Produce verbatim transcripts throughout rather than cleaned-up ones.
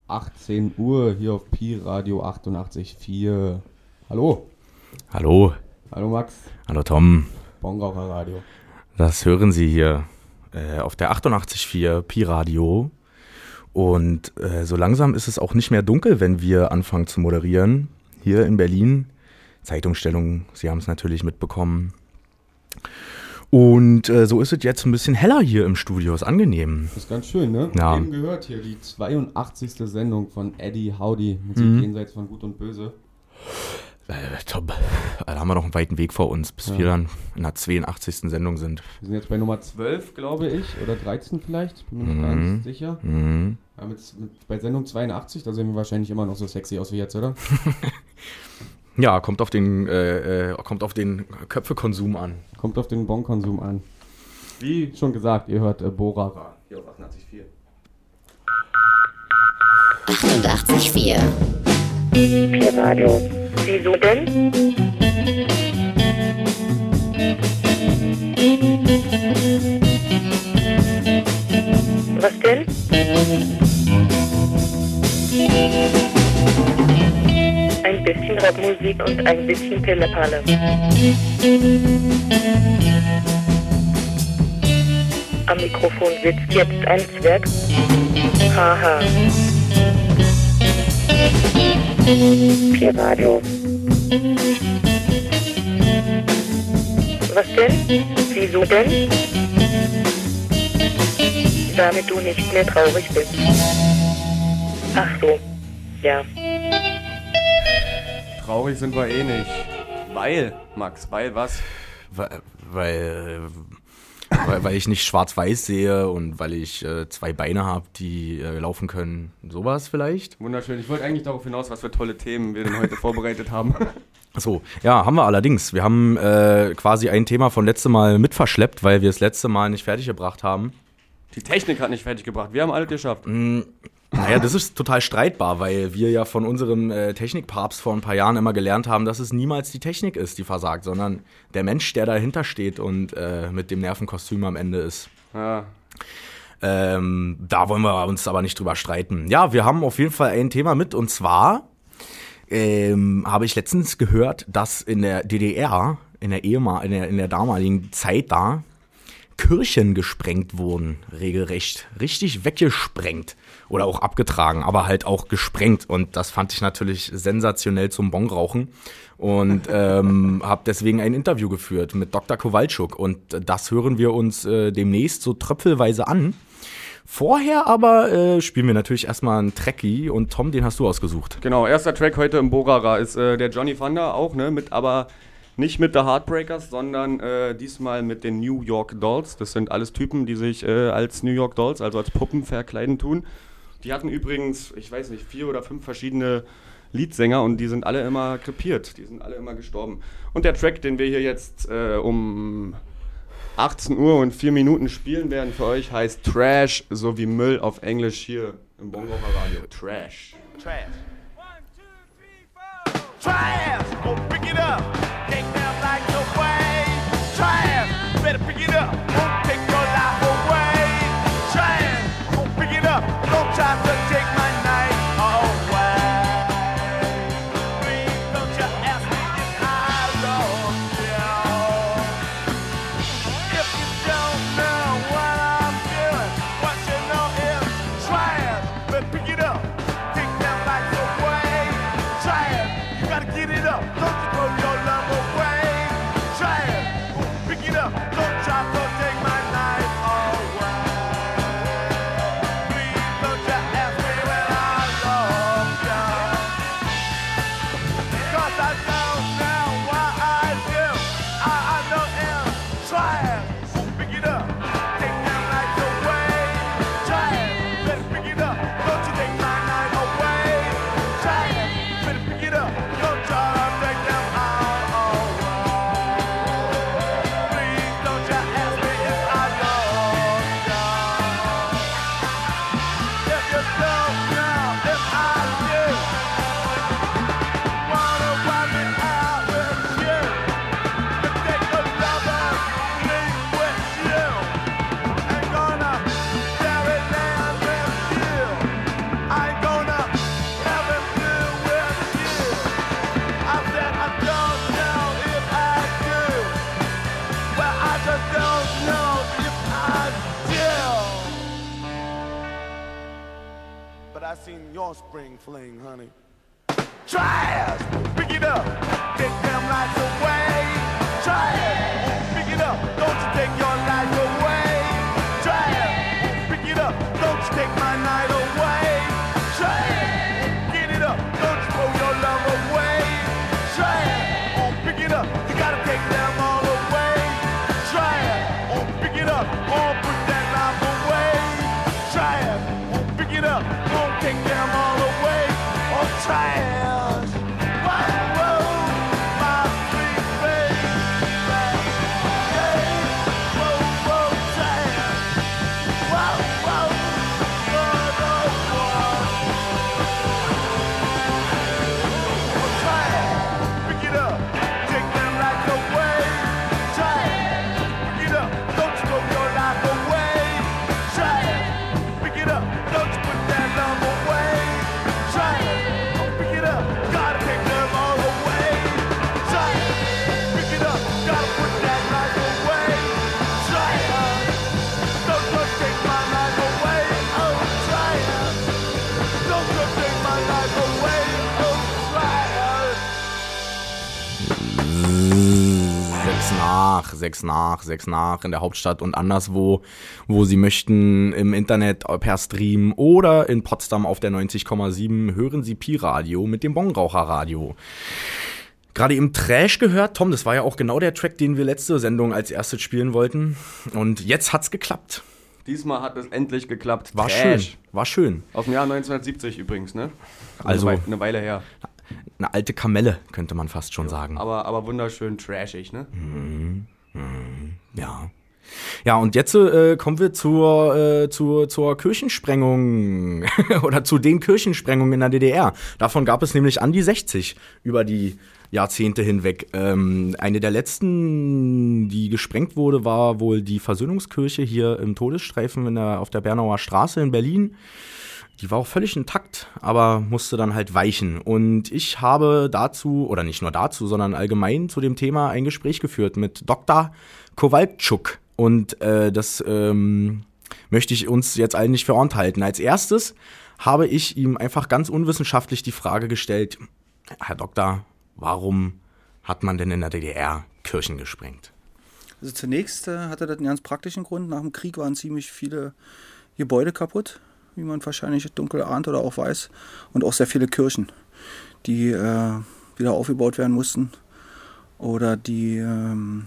achtzehn Uhr hier auf Pi Radio achtundachtzig Komma vier. Hallo. Hallo. Hallo Max. Hallo Tom. Bongraucher Radio. Das hören Sie hier äh, auf der achtundachtzig Komma vier Pi Radio. Und äh, so langsam ist es auch nicht mehr dunkel, wenn wir anfangen zu moderieren. Hier in Berlin. Zeitumstellung, Sie haben es natürlich mitbekommen. Und äh, so ist es jetzt ein bisschen heller hier im Studio, ist angenehm. Das ist ganz schön, ne? Ja. Eben gehört hier die zweiundachtzigste Sendung von Eddie Howdy, Musik Mhm. jenseits von Gut und Böse. Äh, top. Da haben wir noch einen weiten Weg vor uns, bis Ja. wir dann in der zweiundachtzigsten Sendung sind. Wir sind jetzt bei Nummer zwölf, glaube ich, oder dreizehn vielleicht, bin mir nicht Mhm. ganz sicher. Mhm. Ja, mit, mit, bei Sendung zweiundachtzig, da sehen wir wahrscheinlich immer noch so sexy aus wie jetzt, oder? Ja, kommt auf den, äh, äh, kommt auf den Köpfekonsum an. Kommt auf den Bonkonsum an. Wie schon gesagt, ihr hört äh, Bora hier auf achtundachtzig Komma vier. achtundachtzig Komma vier. Pi Radio. Wieso denn? Was denn? Ein bisschen Rapmusik und ein bisschen Pillepalle. Am Mikrofon sitzt jetzt ein Zwerg. Haha. Pi Radio. Was denn? Wieso denn? Damit du nicht mehr traurig bist. Ach so. Ja. Traurig sind wir eh nicht. Weil, Max, weil was? Weil, weil, weil, weil ich nicht schwarz-weiß sehe und weil ich äh, zwei Beine habe, die äh, laufen können. Sowas vielleicht? Wunderschön. Ich wollte eigentlich darauf hinaus, was für tolle Themen wir denn heute vorbereitet haben. Achso, ja, haben wir allerdings. Wir haben äh, quasi ein Thema von letztem Mal mit verschleppt, weil wir es letzte Mal nicht fertiggebracht haben. Die Technik hat nicht fertig gebracht. Wir haben alles geschafft. Mm, naja, das ist total streitbar, weil wir ja von unserem äh, Technikpapst vor ein paar Jahren immer gelernt haben, dass es niemals die Technik ist, die versagt, sondern der Mensch, der dahinter steht und äh, mit dem Nervenkostüm am Ende ist. Ja. Ähm, da wollen wir uns aber nicht drüber streiten. Ja, wir haben auf jeden Fall ein Thema mit, und zwar ähm, habe ich letztens gehört, dass in der D D R, in der, Ehemal- in der, in der damaligen Zeit da, Kirchen gesprengt wurden, regelrecht. Richtig weggesprengt. Oder auch abgetragen, aber halt auch gesprengt. Und das fand ich natürlich sensationell zum Bonrauchen. Und ähm, habe deswegen ein Interview geführt mit Doktor Kowalczuk. Und das hören wir uns äh, demnächst so tröpfelweise an. Vorher aber äh, spielen wir natürlich erstmal einen Trekkie. Und Tom, den hast du ausgesucht. Genau, erster Track heute im Bogara ist äh, der Johnny Thunder auch, ne, mit aber nicht mit The Heartbreakers, sondern äh, diesmal mit den New York Dolls. Das sind alles Typen, die sich äh, als New York Dolls, also als Puppen verkleiden tun. Die hatten übrigens, ich weiß nicht, vier oder fünf verschiedene Leadsänger und die sind alle immer krepiert, die sind alle immer gestorben. Und der Track, den wir hier jetzt äh, um achtzehn Uhr und vier Minuten spielen werden für euch, heißt Trash, so wie Müll auf Englisch hier im Bonraucher Radio. Trash. Trash. One, two, three, four. Trash! Oh, pick it up. Take down like no way. Trash! Better pick it up. Won't take your life away. Trash! Oh, pick it up. No time to take my night away. Please don't you ask me if I love you. If you don't know what I'm doing, what you know is trash. Better pick it up. Take down like no way. Trash! You gotta get it. but I seen your spring fling, honey. Trash, pick it up, take them lights away. Trash, pick it up, don't you take your life away. Trash, pick it up, don't you take my night away. Trash, get it up, don't you throw your love away. Trash, pick it up, you gotta take them all away. Trash, pick it up, oh put that life away. Trash, pick it up, don't take them all away. Oh trash. Nach, sechs nach, sechs nach in der Hauptstadt und anderswo, wo Sie möchten, im Internet per Stream oder in Potsdam auf der neunzig Komma sieben hören Sie Pi-Radio mit dem Bongraucher-Radio. Gerade im Trash gehört, Tom, das war ja auch genau der Track, den wir letzte Sendung als erstes spielen wollten und jetzt hat's geklappt. Diesmal hat es endlich geklappt. War Trash. schön, war schön. Aus dem Jahr neunzehnhundertsiebzig übrigens, ne? Also eine, Weile, eine Weile her. Eine alte Kamelle, könnte man fast schon ja, sagen. Aber, aber wunderschön trashig, ne? Mhm. Mhm. Ja. Ja, und jetzt äh, kommen wir zur, äh, zur, zur Kirchensprengung oder zu den Kirchensprengungen in der D D R. Davon gab es nämlich an die sechzig über die Jahrzehnte hinweg. Ähm, eine der letzten, die gesprengt wurde, war wohl die Versöhnungskirche hier im Todesstreifen in der, auf der Bernauer Straße in Berlin. Die war auch völlig intakt, aber musste dann halt weichen. Und ich habe dazu, oder nicht nur dazu, sondern allgemein zu dem Thema ein Gespräch geführt mit Doktor Kowalczuk. Und äh, das ähm, möchte ich uns jetzt allen nicht für Ohren halten. Als erstes habe ich ihm einfach ganz unwissenschaftlich die Frage gestellt, Herr Doktor, warum hat man denn in der D D R Kirchen gesprengt? Also zunächst äh, hatte das einen ganz praktischen Grund. Nach dem Krieg waren ziemlich viele Gebäude kaputt, wie man wahrscheinlich dunkel ahnt oder auch weiß, und auch sehr viele Kirchen, die äh, wieder aufgebaut werden mussten oder die ähm,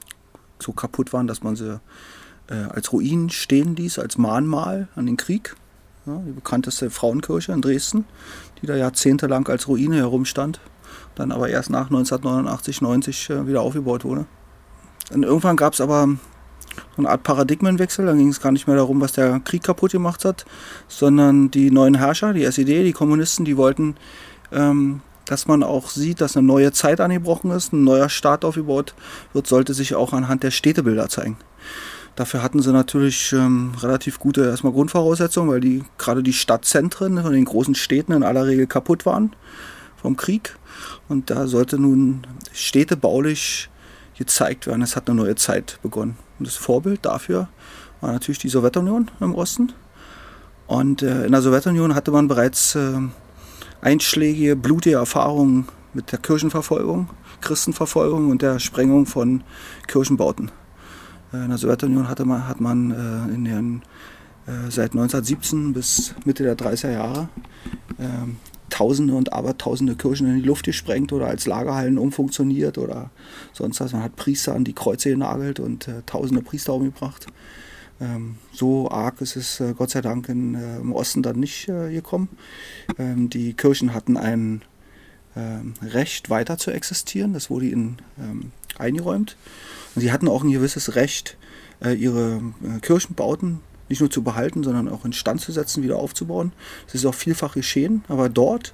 so kaputt waren, dass man sie äh, als Ruinen stehen ließ, als Mahnmal an den Krieg. Ja, die bekannteste Frauenkirche in Dresden, die da jahrzehntelang als Ruine herumstand, dann aber erst nach neunzehnhundertneunundachtzig, neunzig äh, wieder aufgebaut wurde. Und irgendwann gab es aber so eine Art Paradigmenwechsel. Dann ging es gar nicht mehr darum, was der Krieg kaputt gemacht hat, sondern die neuen Herrscher, die S E D, die Kommunisten, die wollten, ähm, dass man auch sieht, dass eine neue Zeit angebrochen ist, ein neuer Staat aufgebaut wird, sollte sich auch anhand der Städtebilder zeigen. Dafür hatten sie natürlich ähm, relativ gute erstmal Grundvoraussetzungen, weil die gerade die Stadtzentren von den großen Städten in aller Regel kaputt waren vom Krieg. Und da sollte nun städtebaulich gezeigt werden, es hat eine neue Zeit begonnen. Und das Vorbild dafür war natürlich die Sowjetunion im Osten. Und äh, in der Sowjetunion hatte man bereits äh, einschlägige, blutige Erfahrungen mit der Kirchenverfolgung, Christenverfolgung und der Sprengung von Kirchenbauten. Äh, in der Sowjetunion hatte man, hat man äh, in den, äh, seit neunzehnhundertsiebzehn bis Mitte der dreißiger Jahre äh, Tausende und Abertausende Kirchen in die Luft gesprengt oder als Lagerhallen umfunktioniert oder sonst was. Man hat Priester an die Kreuze genagelt und äh, tausende Priester umgebracht. Ähm, so arg ist es äh, Gott sei Dank in, äh, im Osten dann nicht äh, gekommen. Ähm, die Kirchen hatten ein ähm, Recht, weiter zu existieren. Das wurde ihnen ähm, eingeräumt. Und sie hatten auch ein gewisses Recht, äh, ihre äh, Kirchenbauten nicht nur zu behalten, sondern auch instand zu setzen, wieder aufzubauen. Das ist auch vielfach geschehen, aber dort,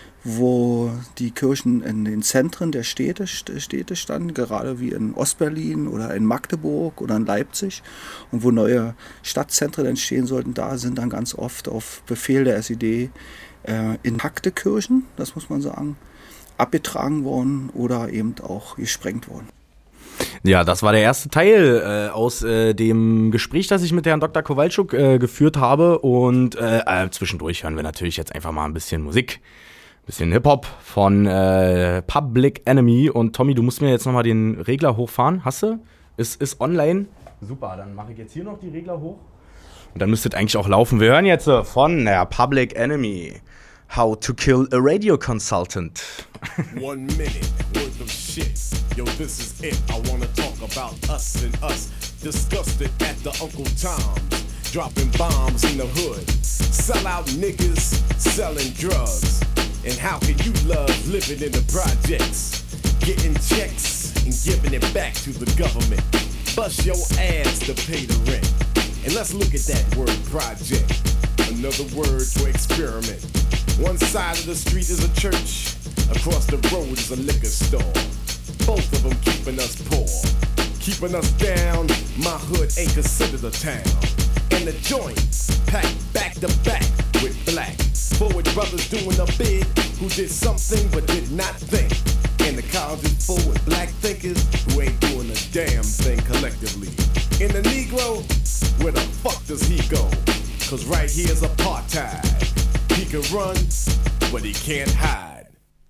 wo die Kirchen in den Zentren der Städte, Städte standen, gerade wie in Ostberlin oder in Magdeburg oder in Leipzig, und wo neue Stadtzentren entstehen sollten, da sind dann ganz oft auf Befehl der S E D äh, intakte Kirchen, das muss man sagen, abgetragen worden oder eben auch gesprengt worden. Ja, das war der erste Teil äh, aus äh, dem Gespräch, das ich mit Herrn Doktor Kowalczuk äh, geführt habe. Und äh, äh, zwischendurch hören wir natürlich jetzt einfach mal ein bisschen Musik, ein bisschen Hip-Hop von äh, Public Enemy. Und Tommy, du musst mir jetzt nochmal den Regler hochfahren. Hast du? Ist, ist online. Super, dann mache ich jetzt hier noch die Regler hoch. Und dann müsste es eigentlich auch laufen. Wir hören jetzt äh, von der Public Enemy. How to Kill a Radio Consultant. One minute worth of shit. Yo, this is it. I wanna talk about us and us. Discussed it at the Uncle Tom's. Dropping bombs in the hood. Sell out niggas selling drugs. And how can you love living in the projects? Getting checks and giving it back to the government. Bust your ass to pay the rent. And let's look at that word project. Another word for experiment. One side of the street is a church. Across the road is a liquor store. Both of them keeping us poor. Keeping us down, my hood ain't considered a town. And the joints packed back to back with black. Forward brothers doing a bid who did something but did not think. And the college is full with black thinkers who ain't doing a damn thing collectively. In the Negro, where the fuck does he go? Cause right here's apartheid. He can run, but he can't hide.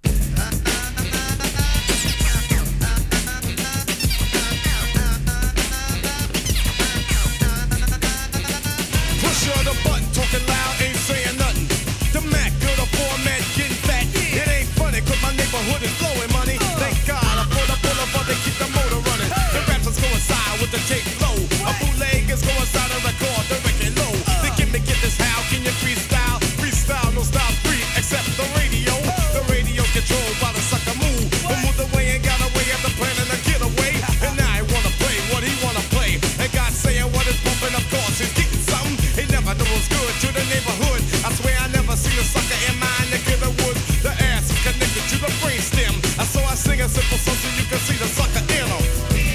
Push of the button, talking loud, ain't saying nothing. The Mac, good, a format, getting fat. It ain't funny, cause my neighborhood is blowing money. Thank God I pulled up, pull up, but they keep the motor running. The rappers coincide with the tape flow. A bootleg is coincide and record the record low. They give me get this, how can you freestyle? Freestyle, no style free, except the radio. The radio's controlled by the sucker move. But moved away and got away after planning a getaway. And now I wanna play what he wanna play. And God saying what is bumping, of course, he's getting something. He never knew what's good to the neighborhood. I swear I never seen a sucker in mind that get a wood. The ass is connected to the brainstem. So I sing a simple song so you can see the sucker in him.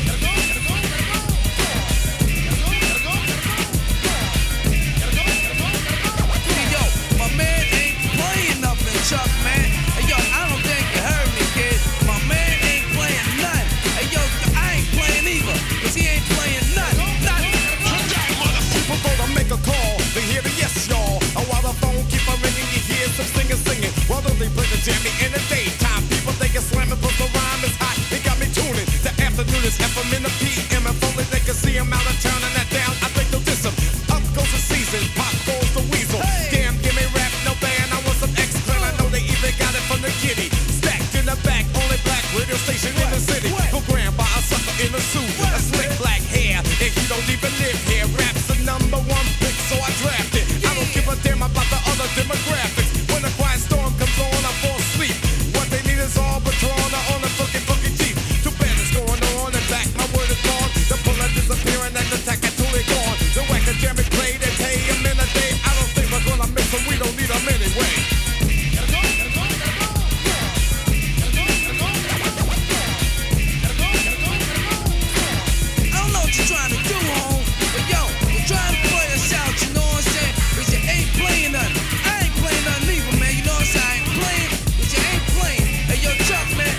Chuck, man. Hey, yo, I don't think you heard me, kid. My man ain't playing none. Hey, yo, I ain't playing either, cause he ain't playing none. None. People go to make a call, they hear the yes, y'all. And while the phone keep on ringing, you hear some singers singing. Why don't they play the jammy in the daytime? People think it's slamming, but the rhyme is hot. It got me tuning. The afternoon is F M in the P M. If only they can see him out of town and that down, I think they'll diss him. Up goes the season, pop goes the weasel. Hey. Damn, give me rap, no band, I want some X. They even got it from the kitty. Stacked in the back, only black radio station in the city. Programmed by a sucker in a suit, a slick black hair. And he don't even live here. Rap's the number one pick, so I draft it. I don't give a damn about the other demographics. When a quiet storm comes on, I fall asleep. What they need is all Patron on a fucking fucking Jeep. Two bands going on and back, my word is gone. The bullet disappearing and the tack totally gone. The whacker jamming played and pay him in a day. I don't think we're gonna miss him, we don't need him anyway. Trying to do, home, but yo, we're trying to play us out, you know what I'm saying? Cause you ain't playing nothing. I ain't playing nothing either, man, you know what I'm saying? I ain't playing, cause you ain't playing. Hey, yo, Chuck, man.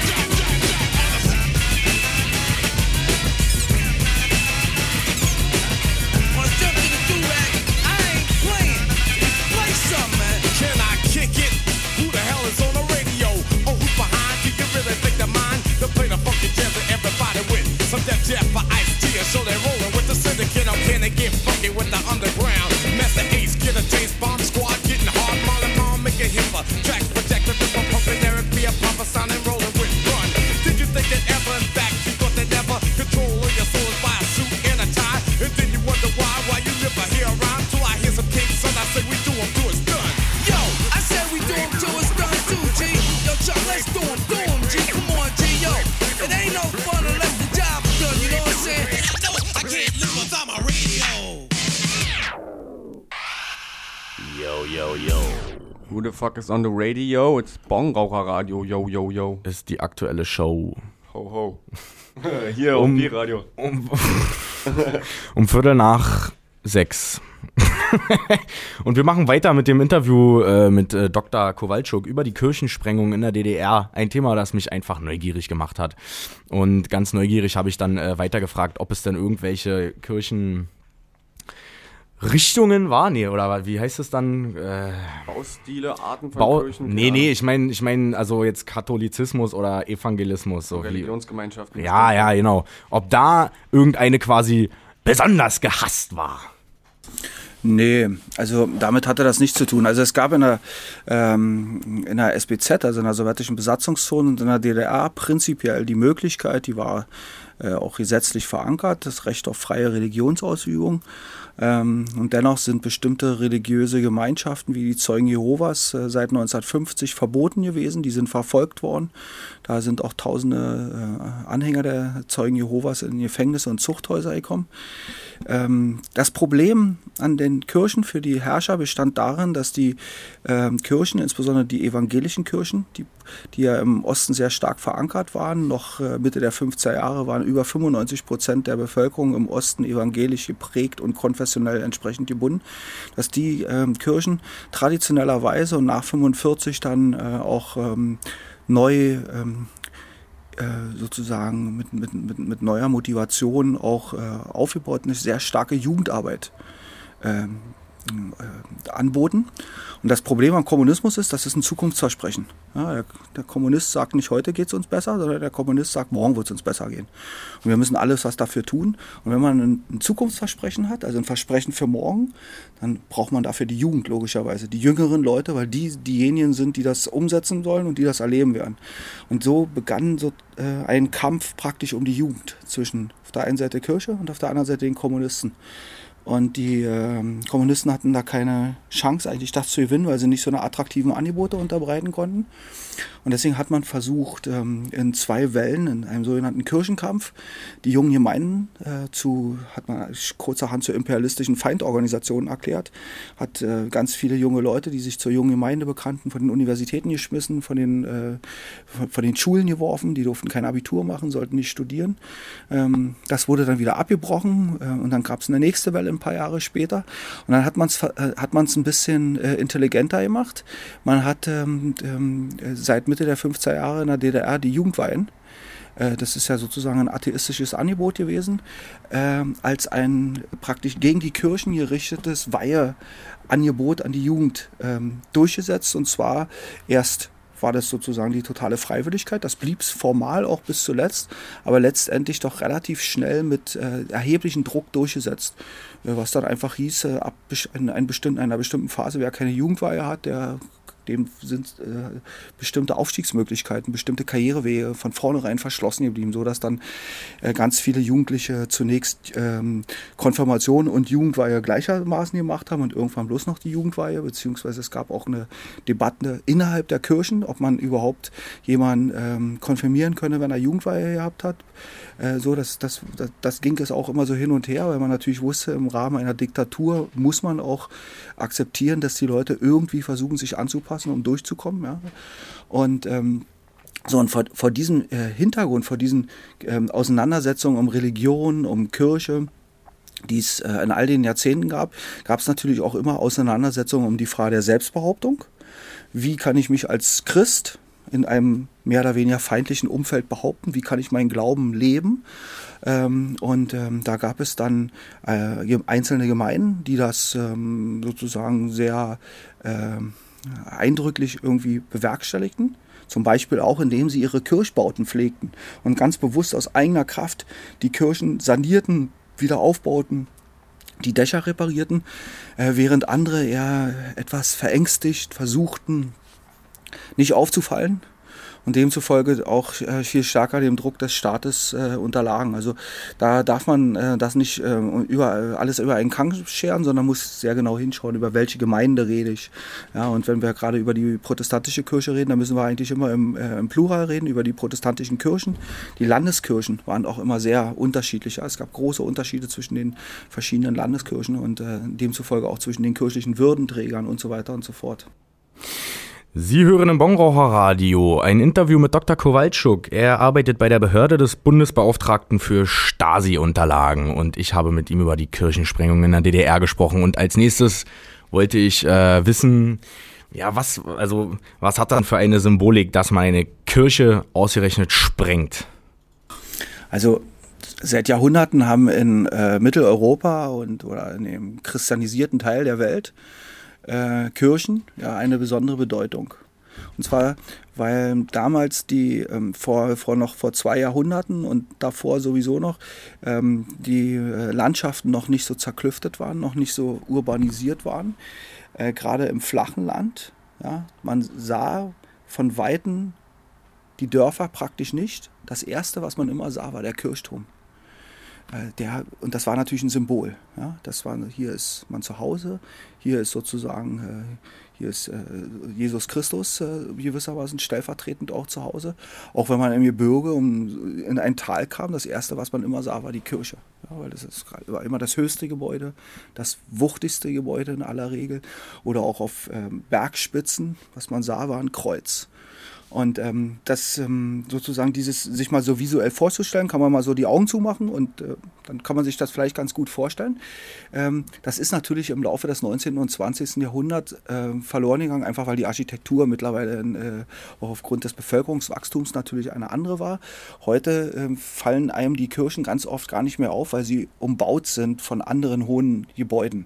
Wanna jump to the do-rag? I ain't playing. Play something, man. Can I kick it? Who the hell is on the radio? Oh, who's behind? Do you really think they're mine? To play the funky jazz that everybody with. Some Def Jam for Ice T, so they're rolling with the syndicate. I'm can they get funky with the underground? Master Ace, get a taste, bomb squad, getting hard. Molly Mom, make it hipper. Track projector, this one pumping Eric B. A proper sound and rolling with run. Did you think that ever, in fact, you thought that never? Control of your soul is by a suit and a tie. And then you wonder why, why you never hear around. Till I hear some kings, son, I say we do them till it's done. Yo, I said we do them till it's done too, G. Yo, Chuck, let's do them, do them, G. Come on, G, yo. It ain't no fun unless the job is done, you know what I'm saying? I can't live without my radio. Yo, yo, yo. Who the fuck is on the radio? It's Bongraucher-Radio, yo, yo, yo. Ist die aktuelle Show. Ho, ho. Hier, um, um die Radio. Um, um Viertel nach sechs. Und wir machen weiter mit dem Interview äh, mit äh, Doktor Kowalczuk über die Kirchensprengung in der D D R. Ein Thema, das mich einfach neugierig gemacht hat. Und ganz neugierig habe ich dann äh, weitergefragt, ob es denn irgendwelche Kirchen... Richtungen war? Nee, oder wie heißt es dann? Äh, Baustile, Arten von Bau- Kirchen? Nee, ja. nee, ich meine, ich meine, also jetzt Katholizismus oder Evangelismus. So wie, Religionsgemeinschaften. ja, ja, genau. Ob da irgendeine quasi besonders gehasst war. Nee, also damit hatte das nichts zu tun. Also es gab in der, ähm, in der S B Z, also in der sowjetischen Besatzungszone und in der D D R prinzipiell die Möglichkeit, die war äh, auch gesetzlich verankert, das Recht auf freie Religionsausübung. Ähm, und dennoch sind bestimmte religiöse Gemeinschaften wie die Zeugen Jehovas äh, seit neunzehnhundertfünfzig verboten gewesen. Die sind verfolgt worden. Da sind auch tausende äh, Anhänger der Zeugen Jehovas in Gefängnisse und Zuchthäuser gekommen. Ähm, das Problem an den Kirchen für die Herrscher bestand darin, dass die ähm, Kirchen, insbesondere die evangelischen Kirchen, die, die ja im Osten sehr stark verankert waren, noch äh, Mitte der fünfziger Jahre waren über fünfundneunzig Prozent der Bevölkerung im Osten evangelisch geprägt und konfessionell entsprechend gebunden, dass die ähm, Kirchen traditionellerweise und nach fünfundvierzig dann äh, auch ähm, neu ähm, sozusagen mit, mit, mit, mit neuer Motivation auch äh, aufgebaut, eine sehr starke Jugendarbeit ähm, äh, anboten. Und das Problem am Kommunismus ist, das ist ein Zukunftsversprechen. Ja, der, der Kommunist sagt nicht, heute geht es uns besser, sondern der Kommunist sagt, morgen wird es uns besser gehen. Und wir müssen alles was dafür tun. Und wenn man ein, ein Zukunftsversprechen hat, also ein Versprechen für morgen, dann braucht man dafür die Jugend logischerweise, die jüngeren Leute, weil die diejenigen sind, die das umsetzen sollen und die das erleben werden. Und so begann so äh, ein Kampf praktisch um die Jugend zwischen auf der einen Seite der Kirche und auf der anderen Seite den Kommunisten. Und die äh, Kommunisten hatten da keine Chance, eigentlich das zu gewinnen, weil sie nicht so eine attraktiven Angebote unterbreiten konnten. Und deswegen hat man versucht, ähm, in zwei Wellen, in einem sogenannten Kirchenkampf, die jungen Gemeinden äh, zu, hat man kurzerhand zur imperialistischen Feindorganisation erklärt, hat äh, ganz viele junge Leute, die sich zur jungen Gemeinde bekannten, von den Universitäten geschmissen, von den, äh, von, von den Schulen geworfen, die durften kein Abitur machen, sollten nicht studieren. Ähm, das wurde dann wieder abgebrochen äh, und dann gab es eine nächste Welle ein paar Jahre später. Und dann hat man es äh, hat man es ein bisschen äh, intelligenter gemacht. Man hat ähm, ähm, seit Mitte der fünfziger Jahre in der D D R die Jugendweihen, äh, das ist ja sozusagen ein atheistisches Angebot gewesen, äh, als ein praktisch gegen die Kirchen gerichtetes Weiheangebot an die Jugend äh, durchgesetzt. Und zwar erst war das sozusagen die totale Freiwilligkeit. Das blieb es formal auch bis zuletzt, aber letztendlich doch relativ schnell mit äh, erheblichem Druck durchgesetzt. Äh, was dann einfach hieß, äh, ab in, ein bestimmten, einer bestimmten Phase, wer keine Jugendweihe hat, der dem sind äh, bestimmte Aufstiegsmöglichkeiten, bestimmte Karrierewege von vornherein verschlossen geblieben, sodass dann äh, ganz viele Jugendliche zunächst ähm, Konfirmation und Jugendweihe gleichermaßen gemacht haben und irgendwann bloß noch die Jugendweihe, beziehungsweise es gab auch eine Debatte innerhalb der Kirchen, ob man überhaupt jemanden ähm, konfirmieren könne, wenn er Jugendweihe gehabt hat. Äh, so, das, das, das, das ging es auch immer so hin und her, weil man natürlich wusste, im Rahmen einer Diktatur muss man auch akzeptieren, dass die Leute irgendwie versuchen, sich anzupassen, um durchzukommen. Ja. Und ähm, so, und vor, vor diesem äh, Hintergrund, vor diesen ähm, Auseinandersetzungen um Religion, um Kirche, die es äh, in all den Jahrzehnten gab, gab es natürlich auch immer Auseinandersetzungen um die Frage der Selbstbehauptung. Wie kann ich mich als Christ in einem mehr oder weniger feindlichen Umfeld behaupten? Wie kann ich meinen Glauben leben? Ähm, und ähm, da gab es dann äh, einzelne Gemeinden, die das ähm, sozusagen sehr äh, eindrücklich irgendwie bewerkstelligten. Zum Beispiel auch, indem sie ihre Kirchbauten pflegten und ganz bewusst aus eigener Kraft die Kirchen sanierten, wieder aufbauten, die Dächer reparierten, äh, während andere eher etwas verängstigt versuchten, nicht aufzufallen und demzufolge auch äh, viel stärker dem Druck des Staates äh, unterlagen. Also da darf man äh, das nicht äh, über, alles über einen Kamm scheren, sondern muss sehr genau hinschauen, über welche Gemeinde rede ich. Ja, und wenn wir gerade über die protestantische Kirche reden, dann müssen wir eigentlich immer im, äh, im Plural reden, über die protestantischen Kirchen. Die Landeskirchen waren auch immer sehr unterschiedlich. Ja. Es gab große Unterschiede zwischen den verschiedenen Landeskirchen und äh, demzufolge auch zwischen den kirchlichen Würdenträgern und so weiter und so fort. Sie hören im Bonraucher-Radio ein Interview mit Doktor Kowalczuk. Er arbeitet bei der Behörde des Bundesbeauftragten für Stasi-Unterlagen und ich habe mit ihm über die Kirchensprengung in der D D R gesprochen. Und als nächstes wollte ich äh, wissen, ja, was, also, was hat dann für eine Symbolik, dass man eine Kirche ausgerechnet sprengt? Also seit Jahrhunderten haben in äh, Mitteleuropa und oder in dem christianisierten Teil der Welt Äh, Kirchen ja eine besondere Bedeutung. Und zwar, weil damals die ähm, vor, vor noch vor zwei Jahrhunderten und davor sowieso noch ähm, die äh, Landschaften noch nicht so zerklüftet waren, noch nicht so urbanisiert waren, äh, gerade im flachen Land. Ja, man sah von Weitem die Dörfer praktisch nicht. Das Erste, was man immer sah, war der Kirchturm. Der, und das war natürlich ein Symbol. Ja? Das war, hier ist man zu Hause, hier ist sozusagen, äh, hier ist äh, Jesus Christus äh, gewissermaßen stellvertretend auch zu Hause. Auch wenn man im Gebirge um, in ein Tal kam, das Erste, was man immer sah, war die Kirche. Ja, weil das ist, war immer das höchste Gebäude, das wuchtigste Gebäude in aller Regel. Oder auch auf ähm, Bergspitzen, was man sah, war ein Kreuz. Und ähm, das ähm, sozusagen dieses sich mal so visuell vorzustellen, kann man mal so die Augen zumachen und äh, dann kann man sich das vielleicht ganz gut vorstellen. Ähm, das ist natürlich im Laufe des neunzehnten und zwanzigsten Jahrhunderts äh, verloren gegangen, einfach weil die Architektur mittlerweile äh, auch aufgrund des Bevölkerungswachstums natürlich eine andere war. Heute äh, fallen einem die Kirchen ganz oft gar nicht mehr auf, weil sie umbaut sind von anderen hohen Gebäuden.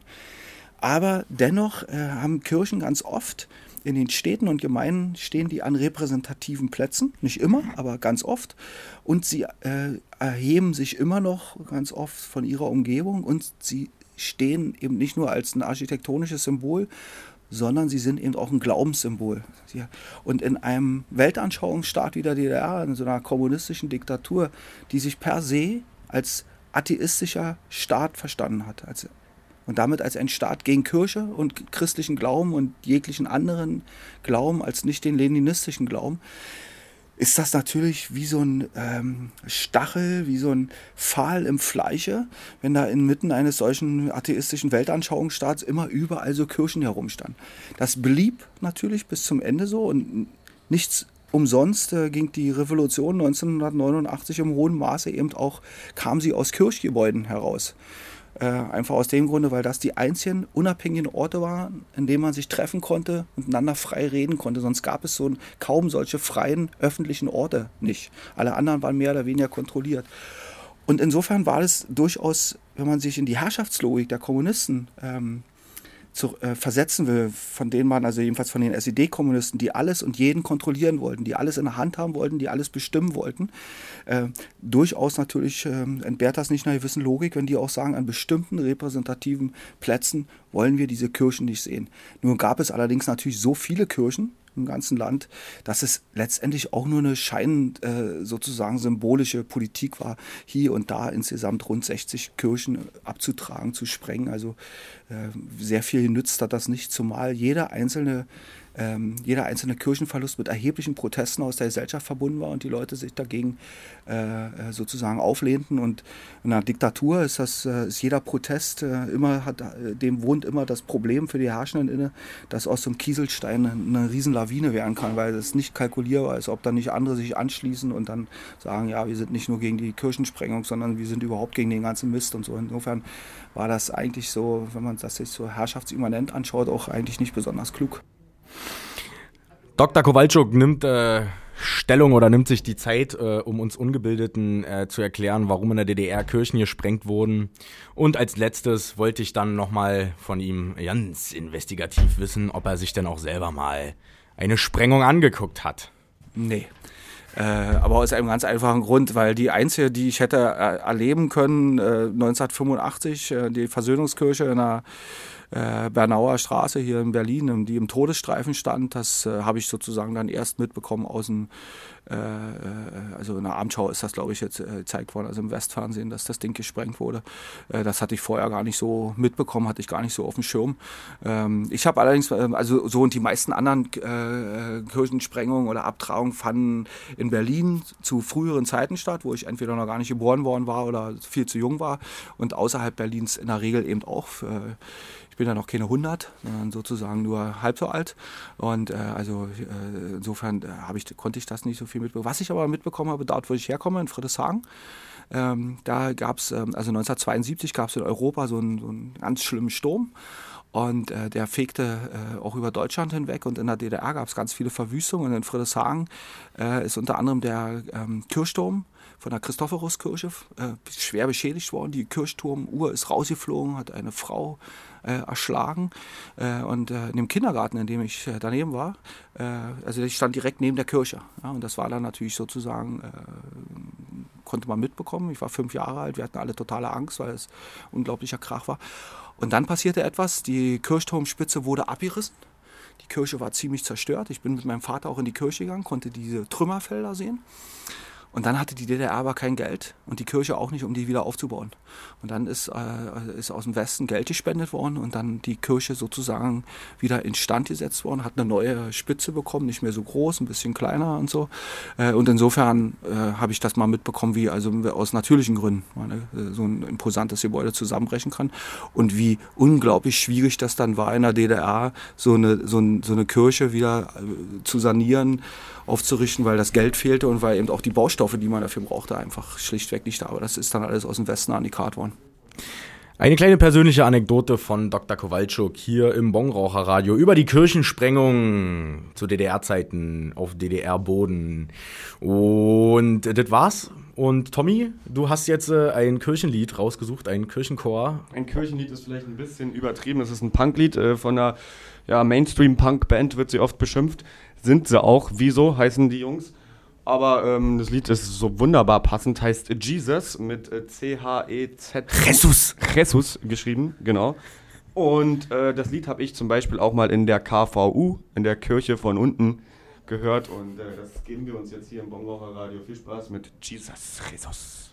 Aber dennoch äh, haben Kirchen ganz oft in den Städten und Gemeinden stehen die an repräsentativen Plätzen, nicht immer, aber ganz oft. Und sie äh, erheben sich immer noch ganz oft von ihrer Umgebung und sie stehen eben nicht nur als ein architektonisches Symbol, sondern sie sind eben auch ein Glaubenssymbol. Und in einem Weltanschauungsstaat wie der D D R, in so einer kommunistischen Diktatur, die sich per se als atheistischer Staat verstanden hat, als und damit als ein Staat gegen Kirche und christlichen Glauben und jeglichen anderen Glauben als nicht den leninistischen Glauben, ist das natürlich wie so ein ähm, Stachel, wie so ein Pfahl im Fleische, wenn da inmitten eines solchen atheistischen Weltanschauungsstaats immer überall so Kirchen herumstanden. Das blieb natürlich bis zum Ende so und nichts umsonst äh, ging die Revolution neunzehnhundertneunundachtzig im hohen Maße eben auch, kam sie aus Kirchgebäuden heraus. Äh, einfach aus dem Grunde, weil das die einzigen unabhängigen Orte waren, in denen man sich treffen konnte und miteinander frei reden konnte. Sonst gab es so ein, kaum solche freien öffentlichen Orte nicht. Alle anderen waren mehr oder weniger kontrolliert. Und insofern war es durchaus, wenn man sich in die Herrschaftslogik der Kommunisten ähm, zu, äh, versetzen will, von denen man, also jedenfalls von den S E D-Kommunisten, die alles und jeden kontrollieren wollten, die alles in der Hand haben wollten, die alles bestimmen wollten, äh, durchaus natürlich äh, entbehrt das nicht einer gewissen Logik, wenn die auch sagen, an bestimmten repräsentativen Plätzen wollen wir diese Kirchen nicht sehen. Nur gab es allerdings natürlich so viele Kirchen im ganzen Land, dass es letztendlich auch nur eine scheinend äh, sozusagen symbolische Politik war, hier und da insgesamt rund sechzig Kirchen abzutragen, zu sprengen. Also äh, sehr viel nützt hat das nicht, zumal jeder einzelne Ähm, jeder einzelne Kirchenverlust mit erheblichen Protesten aus der Gesellschaft verbunden war und die Leute sich dagegen äh, sozusagen auflehnten. Und in einer Diktatur ist das äh, ist jeder Protest äh, immer hat äh, dem wohnt immer das Problem für die Herrschenden inne, dass aus so einem Kieselstein eine, eine Riesenlawine werden kann, weil es nicht kalkulierbar ist, ob dann nicht andere sich anschließen und dann sagen, ja, wir sind nicht nur gegen die Kirchensprengung, sondern wir sind überhaupt gegen den ganzen Mist und so. Insofern war das eigentlich so, wenn man das sich so herrschaftsimmanent anschaut, auch eigentlich nicht besonders klug. Doktor Kowalczuk nimmt äh, Stellung oder nimmt sich die Zeit, äh, um uns Ungebildeten äh, zu erklären, warum in der D D R Kirchen gesprengt wurden. Und als letztes wollte ich dann nochmal von ihm ganz investigativ wissen, ob er sich denn auch selber mal eine Sprengung angeguckt hat. Nee. Äh, aber aus einem ganz einfachen Grund, weil die einzige, die ich hätte äh, erleben können, äh, neunzehnhundertfünfundachtzig, äh, die Versöhnungskirche in der äh, Bernauer Straße hier in Berlin, die im Todesstreifen stand, das äh, habe ich sozusagen dann erst mitbekommen aus dem, äh, also in der Abendschau ist das, glaube ich, jetzt äh, gezeigt worden, also im Westfernsehen, dass das Ding gesprengt wurde. Äh, das hatte ich vorher gar nicht so mitbekommen, hatte ich gar nicht so auf dem Schirm. Ähm, ich habe allerdings, äh, also so und die meisten anderen äh, Kirchensprengungen oder Abtragungen fanden in Berlin zu früheren Zeiten statt, wo ich entweder noch gar nicht geboren worden war oder viel zu jung war und außerhalb Berlins in der Regel eben auch. Äh, Ich bin ja noch keine hundert, sondern sozusagen nur halb so alt. Und äh, also äh, insofern äh, hab ich, konnte ich das nicht so viel mitbekommen. Was ich aber mitbekommen habe, dort, wo ich herkomme, in Friedrichshagen, ähm, da gab es, ähm, also neunzehnhundertzweiundsiebzig gab es in Europa so einen, so einen ganz schlimmen Sturm. Und äh, der fegte äh, auch über Deutschland hinweg. Und in der D D R gab es ganz viele Verwüstungen. Und in Friedrichshagen äh, ist unter anderem der ähm, Kirchturm von der Christophoruskirche äh, schwer beschädigt worden. Die Kirchturmuhr ist rausgeflogen, hat eine Frau äh, erschlagen. Äh, und äh, in dem Kindergarten, in dem ich äh, daneben war, äh, also ich stand direkt neben der Kirche. Ja, und das war dann natürlich sozusagen, äh, konnte man mitbekommen. Ich war fünf Jahre alt, wir hatten alle totale Angst, weil es unglaublicher Krach war. Und dann passierte etwas, die Kirchturmspitze wurde abgerissen. Die Kirche war ziemlich zerstört. Ich bin mit meinem Vater auch in die Kirche gegangen, konnte diese Trümmerfelder sehen. Und dann hatte die D D R aber kein Geld und die Kirche auch nicht, um die wieder aufzubauen. Und dann ist, äh, ist aus dem Westen Geld gespendet worden und dann die Kirche sozusagen wieder instand gesetzt worden, hat eine neue Spitze bekommen, nicht mehr so groß, ein bisschen kleiner und so. Äh, und insofern äh, habe ich das mal mitbekommen, wie also aus natürlichen Gründen meine, so ein imposantes Gebäude zusammenbrechen kann und wie unglaublich schwierig das dann war in der D D R, so eine, so ein, so eine Kirche wieder äh, zu sanieren, aufzurichten, weil das Geld fehlte und weil eben auch die Baustoffe, die man dafür brauchte, einfach schlichtweg nicht da. Aber das ist dann alles aus dem Westen angekarrt worden. Eine kleine persönliche Anekdote von Doktor Kowalczuk hier im Bongraucherradio über die Kirchensprengung zu D D R-Zeiten auf D D R-Boden. Und das war's. Und Tommy, du hast jetzt äh, ein Kirchenlied rausgesucht, ein Kirchenchor. Ein Kirchenlied ist vielleicht ein bisschen übertrieben. Es ist ein Punklied äh, von einer ja, Mainstream-Punk-Band, wird sie oft beschimpft. Sind sie auch. Wieso heißen die Jungs? Aber ähm, das Lied ist so wunderbar passend, heißt Jesus mit äh, C H E Z. Jesus. Jesus geschrieben, genau. Und äh, das Lied habe ich zum Beispiel auch mal in der K V U, in der Kirche von unten, gehört. Und äh, das geben wir uns jetzt hier im Bongraucherradio. Viel Spaß mit Jesus, Jesus.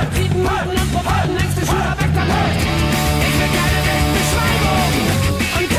Und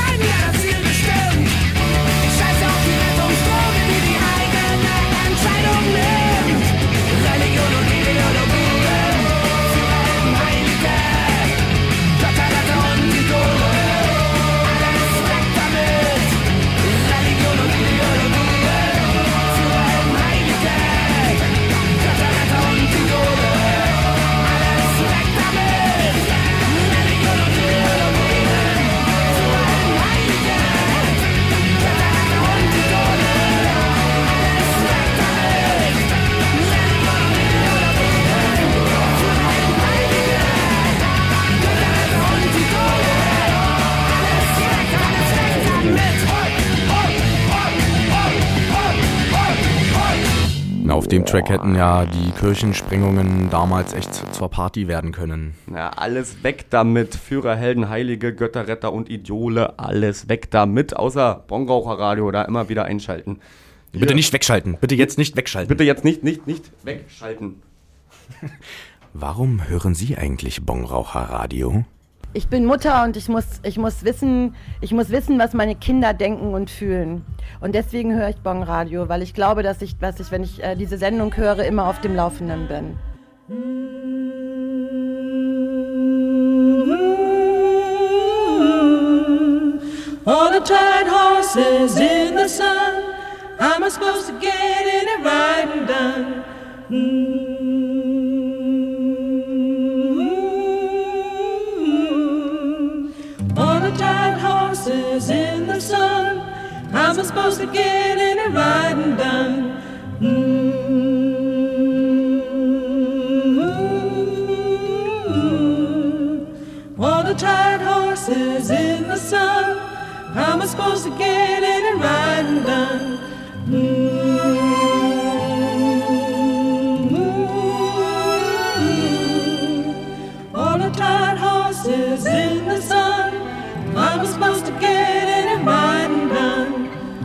auf dem Track hätten ja die Kirchensprengungen damals echt zur Party werden können. Na, alles weg damit. Führer, Helden, Heilige, Götterretter und Idole, alles weg damit. Außer Bongraucherradio, da immer wieder einschalten. Bitte Hier. nicht wegschalten. Bitte jetzt nicht wegschalten. Bitte jetzt nicht, nicht, nicht wegschalten. Warum hören Sie eigentlich Bongraucherradio? Ich bin Mutter und ich muss, ich muss wissen, ich muss wissen, was meine Kinder denken und fühlen. Und deswegen höre ich Bongradio, weil ich glaube, dass ich, dass ich, wenn ich äh, diese Sendung höre, immer auf dem Laufenden bin. All the tired horses in the sun, how am I supposed to get in it right and done? Mm-hmm. All the tired horses in the sun, how am I supposed to get in it right and done? Mm-hmm. All the tired horses in the sun, how am I supposed to get in it right and done? Mm-hmm. All the tired horses in the sun, how am I supposed to get in it right and done?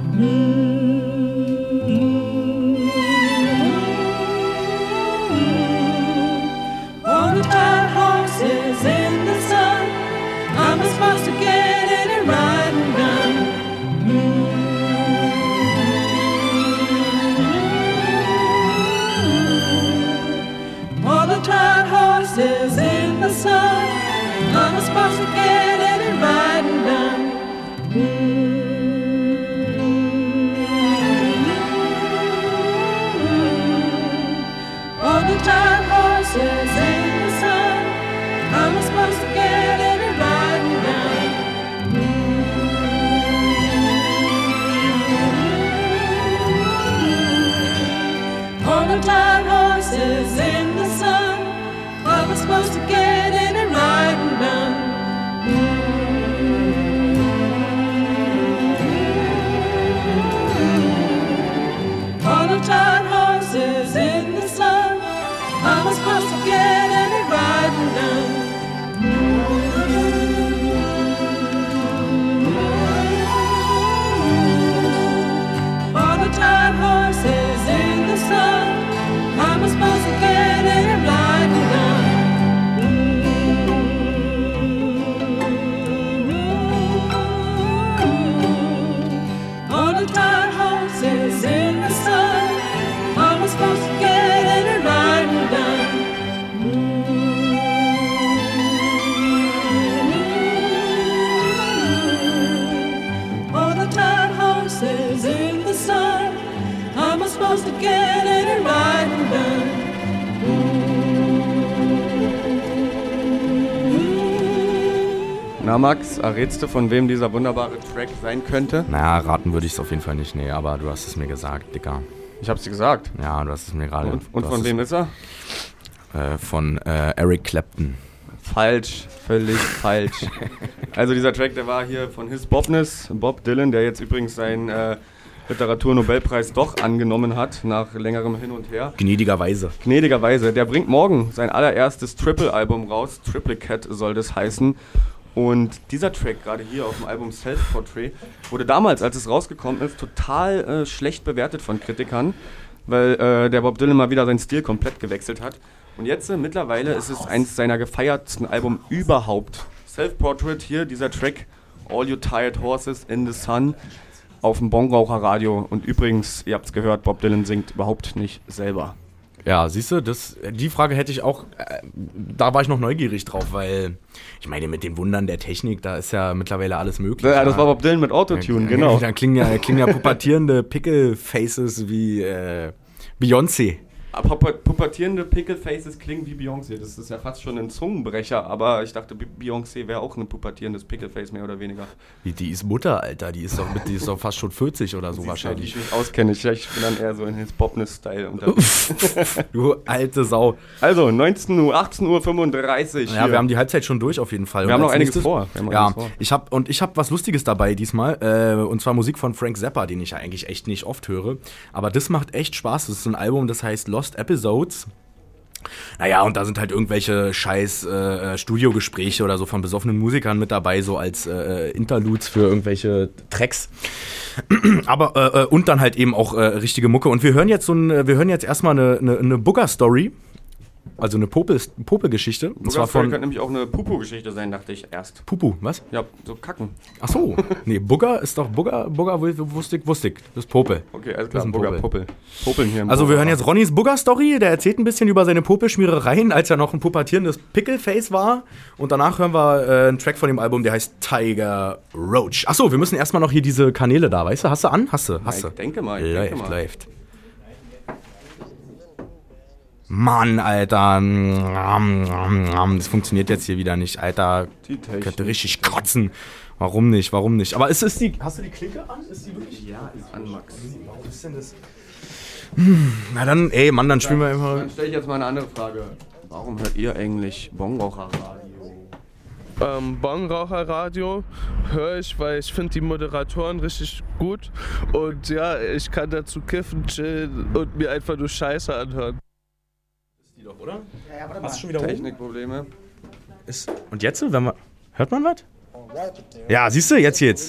Mm-hmm. All the tired horses in the sun, how am I supposed to get in it right and done? Mm-hmm. All the tired horses in the sun, how am I supposed to get in it right and done? Mm-hmm. All the tired horses in the sun, how am I supposed to get in it right and done? Mm-hmm. All the tired horses in the sun, how am I supposed to get in it right and done? Mm-hmm. All the tired horses in the sun, how am I supposed to get in it right and done? Mm-hmm. All the tired horses in the sun, how am I supposed to get in it right and done? Mm-hmm. All the tired horses in the sun, how am I supposed to get in it right and done? Mm-hmm. All the tired horses in the sun, how am I supposed to get in it right and done? Na Max, errätst du, von wem dieser wunderbare Track sein könnte? Naja, raten würde ich es auf jeden Fall nicht, nee, aber du hast es mir gesagt, Dicker. Ich hab's dir gesagt. Ja, du hast es mir gerade... Und, und von wem ist er? Äh, von äh, Eric Clapton. Falsch, völlig falsch. Also dieser Track, der war hier von His Bobness, Bob Dylan, der jetzt übrigens seinen äh, Literaturnobelpreis doch angenommen hat, nach längerem Hin und Her. Gnädigerweise. Gnädigerweise. Der bringt morgen sein allererstes Triple-Album raus, Triplicate soll das heißen. Und dieser Track, gerade hier auf dem Album Self-Portrait, wurde damals, als es rausgekommen ist, total äh, schlecht bewertet von Kritikern, weil äh, der Bob Dylan mal wieder seinen Stil komplett gewechselt hat. Und jetzt, äh, mittlerweile, ist es eins seiner gefeiertsten Alben überhaupt. Self-Portrait, hier dieser Track, All You Tired Horses in the Sun, auf dem Bongraucherradio. Und übrigens, ihr habt es gehört, Bob Dylan singt überhaupt nicht selber. Ja, siehst du, das, die Frage hätte ich auch, äh, da war ich noch neugierig drauf, weil ich meine, mit den Wundern der Technik, da ist ja mittlerweile alles möglich. Ja, das war Bob Dylan mit Autotune, ja, genau. Da klingen ja, klingen ja pubertierende Pickle-Faces wie äh, Beyoncé. Aber pubertierende Picklefaces klingen wie Beyoncé. Das ist ja fast schon ein Zungenbrecher, aber ich dachte, Beyoncé wäre auch ein pubertierendes Pickleface, mehr oder weniger. Die, die ist Mutter, Alter. Die ist doch, mit, die ist doch fast schon vierzig oder so Siehst wahrscheinlich. Du, ich mich auskenne. Ich, ich bin dann eher so in His-Bopness-Style unterwegs. Du alte Sau. Also, neunzehn Uhr, achtzehn Uhr fünfunddreißig. Ja, hier. Wir haben die Halbzeit schon durch auf jeden Fall. Wir und haben noch einiges nächstes, vor. Wir haben ja, einiges vor. Ich hab, und ich habe was Lustiges dabei diesmal. Äh, und zwar Musik von Frank Zappa, den ich ja eigentlich echt nicht oft höre. Aber das macht echt Spaß. Das ist so ein Album, das heißt Lost Episodes. Naja, und da sind halt irgendwelche scheiß äh, Studiogespräche oder so von besoffenen Musikern mit dabei, so als äh, Interludes für irgendwelche Tracks. Aber, äh, und dann halt eben auch äh, richtige Mucke. Und wir hören jetzt so ein, wir hören jetzt erstmal eine, eine, eine Booger-Story. Also eine Popel, Popel-Geschichte. Und zwar von könnte nämlich auch eine Pupu-Geschichte sein, dachte ich erst. Pupu, was? Ja, so kacken. Ach so. Nee, Booger ist doch Booger, Booger wusste ich, wusste ich. Das ist Popel. Okay, alles klar, das ist ein Booger, Popel. Popel. Popeln hier im Also wir Booger. hören jetzt Ronnys Booger-Story. Der erzählt ein bisschen über seine Popelschmierereien, als er noch ein pubertierendes Pickleface war. Und danach hören wir äh, einen Track von dem Album, der heißt Tiger Roach. Ach so, wir müssen erstmal noch hier diese Kanäle da, weißt du? Hast du an? Hast du? Hast du? Ja, ich denke mal, ich läuft, denke mal. läuft. Mann, Alter. Das funktioniert jetzt hier wieder nicht, Alter. Die Technik. Könnte richtig kotzen. Warum nicht? Warum nicht? Aber ist es die. Hast du die Klinke an? Ist die wirklich? Ja, ist an, Max. Warum ist denn das? Hm, na dann, ey, Mann, dann spielen wir einfach. Dann stelle ich jetzt mal eine andere Frage. Warum hört ihr eigentlich Bongraucherradio? Ähm, Bongraucherradio höre ich, weil ich finde die Moderatoren richtig gut. Und ja, ich kann dazu kiffen, chillen und mir einfach nur Scheiße anhören. Ist die doch, oder? Ja, ja, warte Hast du schon wieder Technikprobleme. Ist, und jetzt? Wenn man, hört man was? Ja, siehst du, jetzt geht's.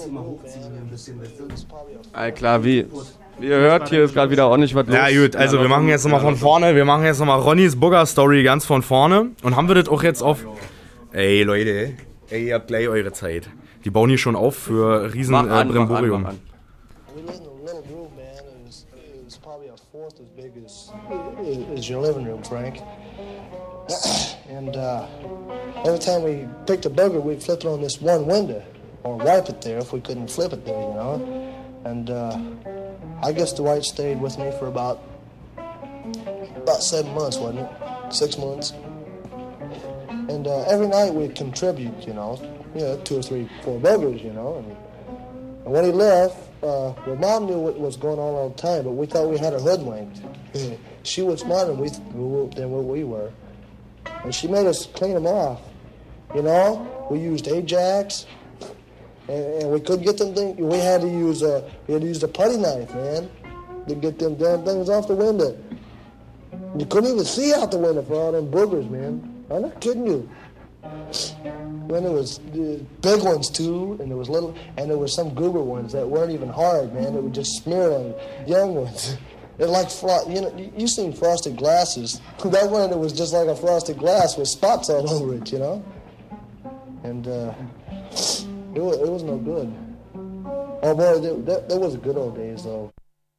All klar, wie, wie ihr hört, hier ist gerade wieder ordentlich was los. Ja gut, also wir machen jetzt nochmal von vorne, wir machen jetzt nochmal Ronnys Booger-Story ganz von vorne. Und haben wir das auch jetzt auf... Ey Leute, ey, ihr habt gleich eure Zeit. Die bauen hier schon auf für riesen Mach äh, an, mach an, Brimborium. mach an. We live in a little room, man, and it's, it's probably a fourth as big as, as your living room, Frank. And uh, every time we picked a booger, we'd flip it on this one window, or wipe it there if we couldn't flip it there, you know. And uh, I guess Dwight stayed with me for about about seven months, wasn't it? Six months. And uh, every night we'd contribute, you know, you know, two or three, four boogers, you know. And, and when he left, uh, well, Mom knew what was going on all the time, but we thought we had her hoodwinked. She was smarter than we, than what we were. And she made us clean them off. You know, we used Ajax, and, and we couldn't get them things. We had to use a, we had to use the putty knife, man, to get them damn things off the window. You couldn't even see out the window for all them boogers, man. I'm not kidding you. Then there was uh, big ones too, and there was little, and there were some goober ones that weren't even hard, man. It would just smear on young ones. It like fro- you know, you seen frosted glasses. That one, it was just like a frosted glass with spots all over it, you know. And uh, it was, it was no good. Oh boy, that, that, that was the good old days though.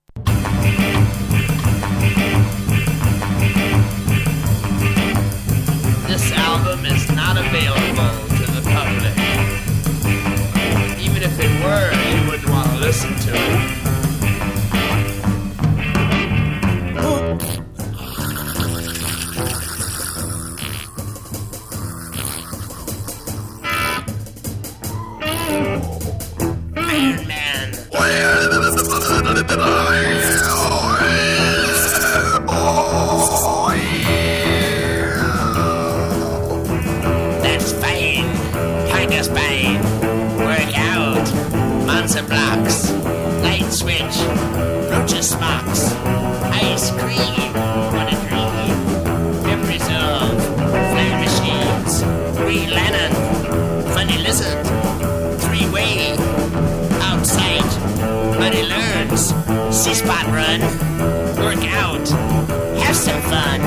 This album is not available to the public. Even if it were, you wouldn't want to listen to it. Iron Man. That's fine. Tiger spine. Work out. Monster blocks. Light switch. Roaches smocks. Ice cream. What a dream. Memories of flame machines. Green Lantern. Funny lizard. Three-way. Outside. Buddy learns. C-spot run. Work out. Have some fun.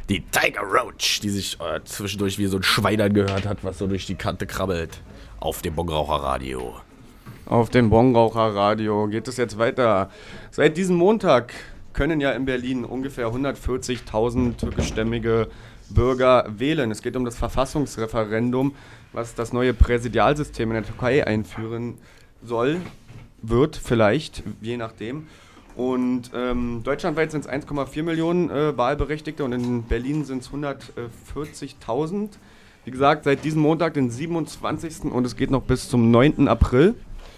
Die Tiger Roach, die sich äh, zwischendurch wie so ein Schwein angehört hat, was so durch die Kante krabbelt. Auf dem Bongraucher-Radio. Auf dem Bongraucher-Radio geht es jetzt weiter. Seit diesem Montag können ja in Berlin ungefähr hundertvierzigtausend türkischstämmige Bürger wählen. Es geht um das Verfassungsreferendum, was das neue Präsidialsystem in der Türkei einführen soll, wird vielleicht, je nachdem. Und ähm, deutschlandweit sind es eins Komma vier Millionen äh, Wahlberechtigte und in Berlin sind es hundertvierzigtausend. Wie gesagt, seit diesem Montag, den siebenundzwanzigsten und es geht noch bis zum neunten April,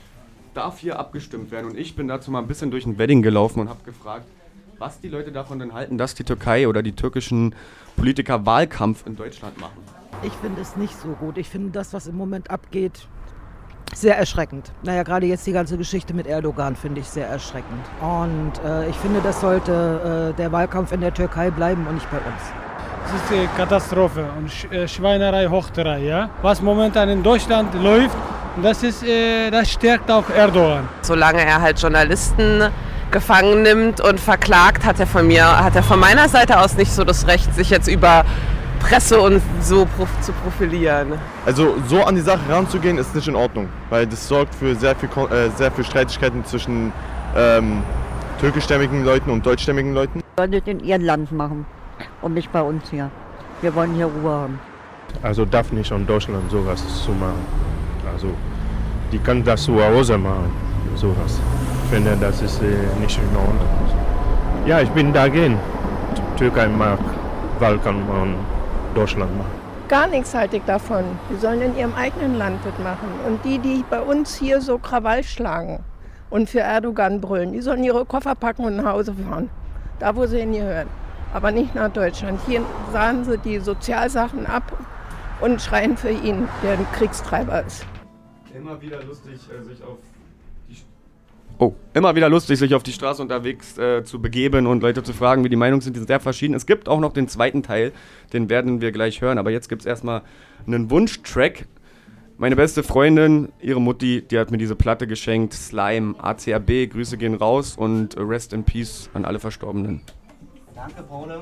darf hier abgestimmt werden. Und ich bin dazu mal ein bisschen durch ein Wedding gelaufen und habe gefragt, was die Leute davon denn halten, dass die Türkei oder die türkischen Politiker Wahlkampf in Deutschland machen. Ich finde es nicht so gut. Ich finde das, was im Moment abgeht, sehr erschreckend. Naja, gerade jetzt die ganze Geschichte mit Erdogan finde ich sehr erschreckend. Und äh, ich finde, das sollte äh, der Wahlkampf in der Türkei bleiben und nicht bei uns. Es ist eine Katastrophe und Sch- äh, Schweinerei hoch drei, ja? Was momentan in Deutschland läuft, das, ist, äh, das stärkt auch Erdogan. Solange er halt Journalisten gefangen nimmt und verklagt, hat er von mir, hat er von meiner Seite aus nicht so das Recht, sich jetzt über Presse und so prof- zu profilieren. Also so an die Sache ranzugehen, ist nicht in Ordnung, weil das sorgt für sehr viel, äh, sehr viel Streitigkeiten zwischen ähm, türkischstämmigen Leuten und deutschstämmigen Leuten. Sollen das in ihrem Land machen und nicht bei uns hier. Wir wollen hier Ruhe haben. Also darf nicht in Deutschland sowas zu machen. Also die kann das zu Hause machen, sowas. Ich finde, das ist äh, nicht in Ordnung. Ja, ich bin dagegen. Die Türkei mag Wahlkampf in Deutschland machen. Gar nichts halte ich davon. Die sollen in ihrem eigenen Land das machen. Und die, die bei uns hier so Krawall schlagen und für Erdogan brüllen, die sollen ihre Koffer packen und nach Hause fahren. Da, wo sie hingehören. Aber nicht nach Deutschland. Hier sahen sie die Sozialsachen ab und schreien für ihn, der ein Kriegstreiber ist. Immer wieder lustig, äh, sich auf die St- oh, immer wieder lustig, sich auf die Straße unterwegs äh, zu begeben und Leute zu fragen, wie die Meinungen sind. Die sind sehr verschieden. Es gibt auch noch den zweiten Teil, den werden wir gleich hören. Aber jetzt gibt es erstmal einen Wunschtrack. Meine beste Freundin, ihre Mutti, die hat mir diese Platte geschenkt. Slime, A C R B, Grüße gehen raus und Rest in Peace an alle Verstorbenen. Danke, Paul.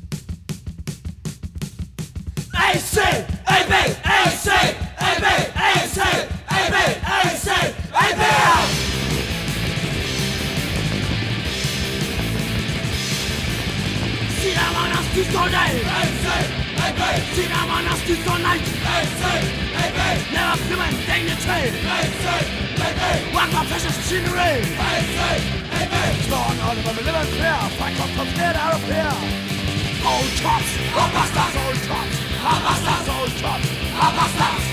A C, A B, A C, A B, A C, A B, A C, A B. Cinemanas du soleil, A C, A B. Cinemanas du soleil, A C, A B. Never flippin' dignity, A C, A B. Walk my precious scenery, A C, A B. Spawn all over the living fair, fight up from get out of here. Old chops, Abastas, old chops, Abastas, old chops, Abastas.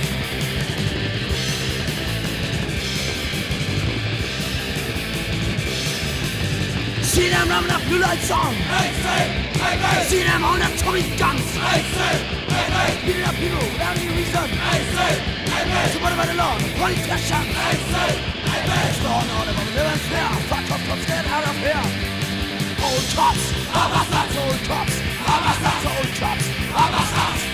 See them running up blue lights on. See them on their Tommy guns. Beating up people without any reason. So what about the law? Police got shot. Spawn on them on the living fair. Fuck up, let's get out of here. Old chops, Abastas, old chops, Abastas, old chops, Abastas.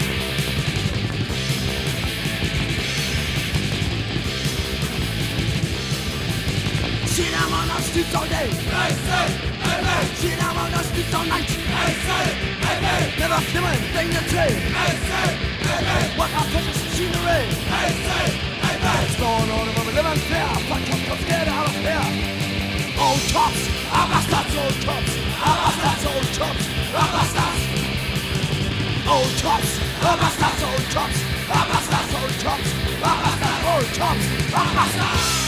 See them on the streets all day. See them on the streets all night. Never flimming, thing to say. What a precious scenery. It's going on over the living fair. Fuck up, let's get out of here. Old chops, Abastas, old chops, Abastas, old chops, Abastas. Old chops, Abastas, old chops, Abastas, old chops, Abastas, old chops, Abastas.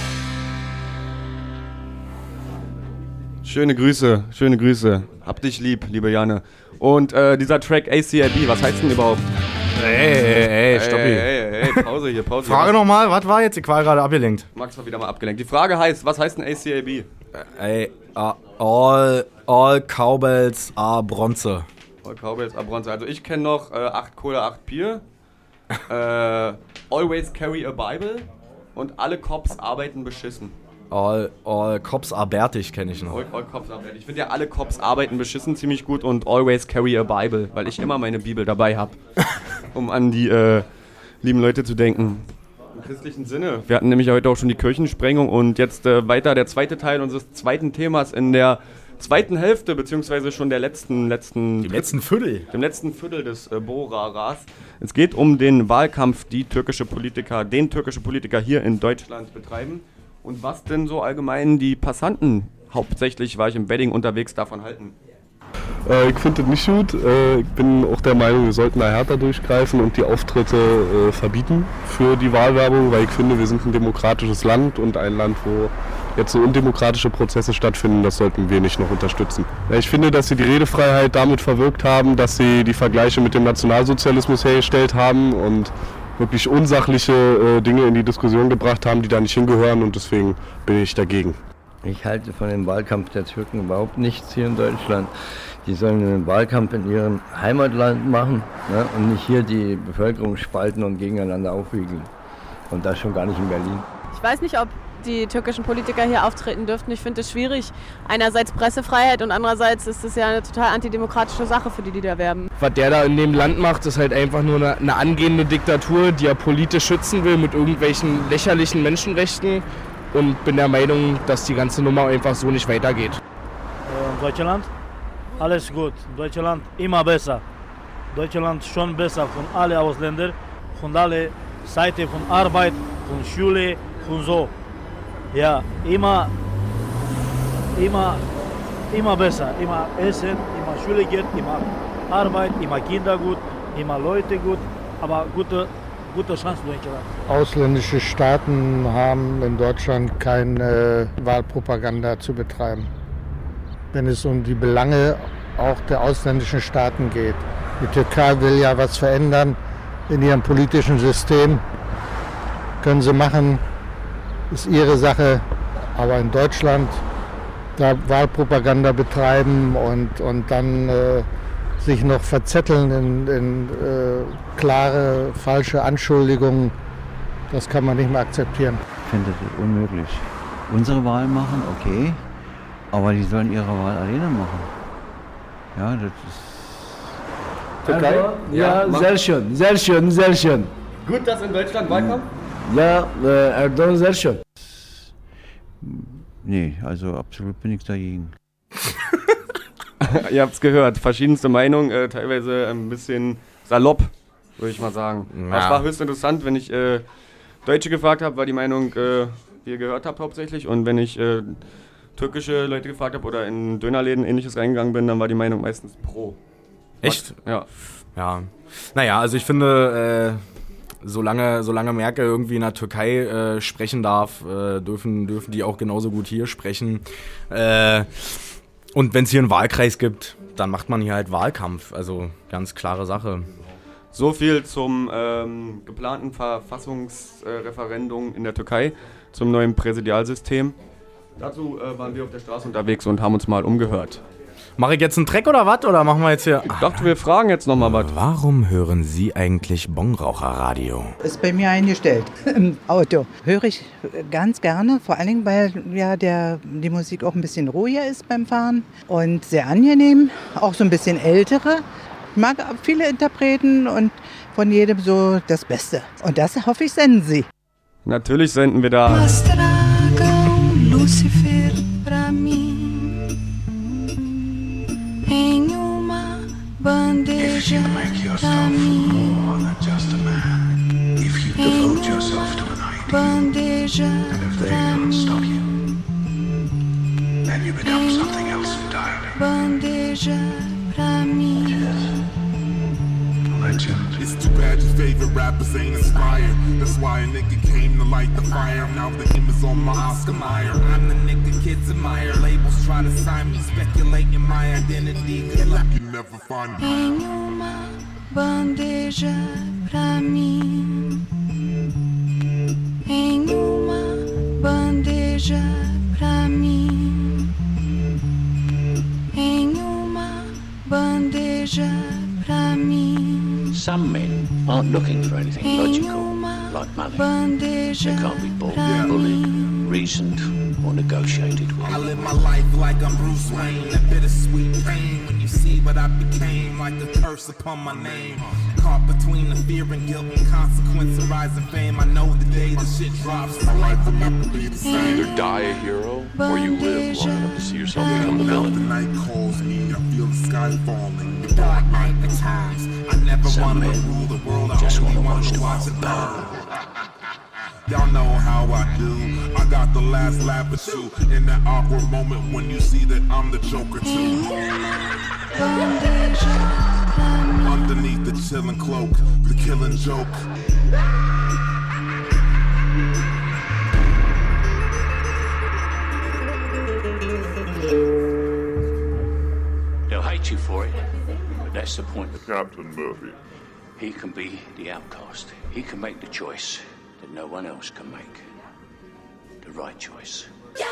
Schöne Grüße, schöne Grüße. Hab dich lieb, liebe Janne. Und äh, dieser Track A C R B, was heißt denn überhaupt? Ey, ey, ey, stoppi. Ey, ey, ey, Pause hier, Pause hier. Frage nochmal, was war jetzt? Ich war gerade abgelenkt. Max war wieder mal abgelenkt. Die Frage heißt, was heißt denn A C R B? Ey, uh, all, all Cowbells are Bronze. All Cowbells are Bronze. Also ich kenne noch äh, acht Cola, acht Bier. äh, always carry a Bible. Und alle Cops arbeiten beschissen. All, all Cops are bärtig, kenne ich noch. All, all Cops are bärtig. Ich finde ja, alle Cops arbeiten beschissen ziemlich gut und always carry a Bible, weil ich immer meine Bibel dabei habe, um an die äh, lieben Leute zu denken. Im christlichen Sinne. Wir hatten nämlich heute auch schon die Kirchensprengung und jetzt äh, weiter der zweite Teil unseres zweiten Themas in der zweiten Hälfte, beziehungsweise schon der letzten, letzten, Dem letzten Viertel. Dem letzten Viertel des äh, Boraras. Es geht um den Wahlkampf, die türkische Politiker, den türkische Politiker hier in Deutschland betreiben und was denn so allgemein die Passanten, hauptsächlich war ich im Wedding unterwegs, davon halten. Äh, ich finde das nicht gut. Äh, ich bin auch der Meinung, wir sollten da härter durchgreifen und die Auftritte äh, verbieten für die Wahlwerbung, weil ich finde, wir sind ein demokratisches Land und ein Land, wo jetzt so undemokratische Prozesse stattfinden, das sollten wir nicht noch unterstützen. Ja, ich finde, dass sie die Redefreiheit damit verwirkt haben, dass sie die Vergleiche mit dem Nationalsozialismus hergestellt haben und wirklich unsachliche äh, Dinge in die Diskussion gebracht haben, die da nicht hingehören, und deswegen bin ich dagegen. Ich halte von dem Wahlkampf der Türken überhaupt nichts hier in Deutschland. Die sollen den Wahlkampf in ihrem Heimatland machen, ne, und nicht hier die Bevölkerung spalten und gegeneinander aufwiegeln. Und das schon gar nicht in Berlin. Ich weiß nicht, ob die türkischen Politiker hier auftreten dürften. Ich finde es schwierig. Einerseits Pressefreiheit und andererseits ist es ja eine total antidemokratische Sache, für die die da werben. Was der da in dem Land macht, ist halt einfach nur eine, eine angehende Diktatur, die er politisch schützen will mit irgendwelchen lächerlichen Menschenrechten. Und bin der Meinung, dass die ganze Nummer einfach so nicht weitergeht. In Deutschland alles gut. Deutschland immer besser. Deutschland schon besser von allen Ausländern, von allen Seiten, von Arbeit, von Schule, von so. Ja, immer, immer, immer besser. Immer Essen, immer Schule geht, immer Arbeit, immer Kinder gut, immer Leute gut, aber gute Gute Chance, Deutschland. Ausländische Staaten haben in Deutschland keine Wahlpropaganda zu betreiben, wenn es um die Belange auch der ausländischen Staaten geht. Die Türkei will ja was verändern in ihrem politischen System. Können sie machen, ist ihre Sache. Aber in Deutschland da Wahlpropaganda betreiben und, und dann äh, sich noch verzetteln in, in äh, klare, falsche Anschuldigungen, das kann man nicht mehr akzeptieren. Ich finde das unmöglich. Unsere Wahl machen, okay, aber die sollen ihre Wahl alleine machen. Ja, das ist... Türkei? Also, ja, ja, sehr schön, sehr schön, sehr schön. Gut, dass in Deutschland Wahlkampf? Ja, äh, Erdogan, sehr schön. Nee, also absolut bin ich dagegen. Ihr habt es gehört, verschiedenste Meinungen, äh, teilweise ein bisschen salopp, würde ich mal sagen. Ja. Das war höchst interessant, wenn ich äh, Deutsche gefragt habe, war die Meinung, äh, wie ihr gehört habt hauptsächlich. Und wenn ich äh, türkische Leute gefragt habe oder in Dönerläden ähnliches reingegangen bin, dann war die Meinung meistens pro. Echt? Ja. Ja. Naja, also ich finde, äh, solange, solange Merkel irgendwie in der Türkei äh, sprechen darf, äh, dürfen, dürfen die auch genauso gut hier sprechen. Äh, Und wenn es hier einen Wahlkreis gibt, dann macht man hier halt Wahlkampf. Also ganz klare Sache. So viel zum ähm, geplanten Verfassungsreferendum äh, in der Türkei, zum neuen Präsidialsystem. Dazu äh, waren wir auf der Straße unterwegs und haben uns mal umgehört. Mache ich jetzt einen Track oder was? Oder machen wir jetzt hier... Ich dachte, wir fragen jetzt nochmal was. Warum hören Sie eigentlich Bongraucherradio? Ist bei mir eingestellt im Auto. Höre ich ganz gerne, vor allen Dingen, weil ja der, die Musik auch ein bisschen ruhiger ist beim Fahren und sehr angenehm. Auch so ein bisschen ältere. Ich mag viele Interpreten und von jedem so das Beste. Und das, hoffe ich, senden Sie. Natürlich senden wir da... Lucifer pra mim em uma bandeja pra mim em uma bandeja pra mim em uma bandeja pra mim. It's too bad your favorite rappers ain't inspired. That's why a nigga came to light the fire. Now the aim is on my Oscar Mayer. I'm the nigga kids admire. Labels try to sign me, speculating my identity. Good luck, you never find me. Em uma bandeja pra mim. Em uma bandeja pra mim. Em uma bandeja pra mim. Some men aren't looking for anything logical, like money. They can't be bought, bullied, reasoned, or negotiated with. I live my life like I'm Bruce Wayne. That bittersweet pain when you see what I became, like a curse upon my name. Caught between the fear and guilt and consequence of rising fame. I know the day the shit drops, my life will never be the same. Either die a hero or you live bandeja to see yourself become the villain. The night calls me, I feel the sky falling. The dark night returns. I never Some wanted to men rule the world. I just only wanna wanted watch to the watch world it burn. burn. Y'all know how I do. I got the last laugh at you in that awkward moment when you see that I'm the Joker too. Underneath the chilling cloak, the killing joke. They'll hate you for it, but that's the point of Captain Murphy. He can be the outcast. He can make the choice that no one else can make. The right choice.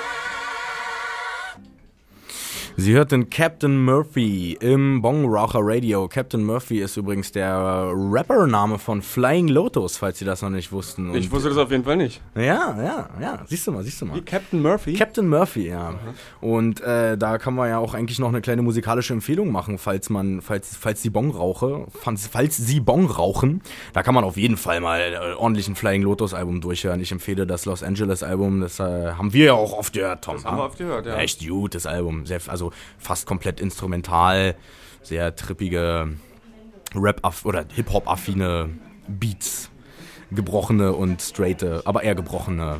Sie hörten Captain Murphy im Bongraucher Radio. Captain Murphy ist übrigens der Rappername von Flying Lotus, falls Sie das noch nicht wussten. Und ich wusste das auf jeden Fall nicht. Ja, ja, ja. Siehst du mal, siehst du mal. Wie Captain Murphy? Captain Murphy, ja. Mhm. Und äh, da kann man ja auch eigentlich noch eine kleine musikalische Empfehlung machen, falls man, falls, falls die Bong rauche, falls, falls Sie Bong rauchen, da kann man auf jeden Fall mal äh, ordentlich ein Flying Lotus Album durchhören. Ich empfehle das Los Angeles Album, das äh, haben wir ja auch oft gehört, Tom. Das haben wir oft gehört, ja. Echt gut, das Album. Sehr, also fast komplett instrumental, sehr trippige Rap- oder Hip-Hop-affine Beats. Gebrochene und straighte, aber eher gebrochene.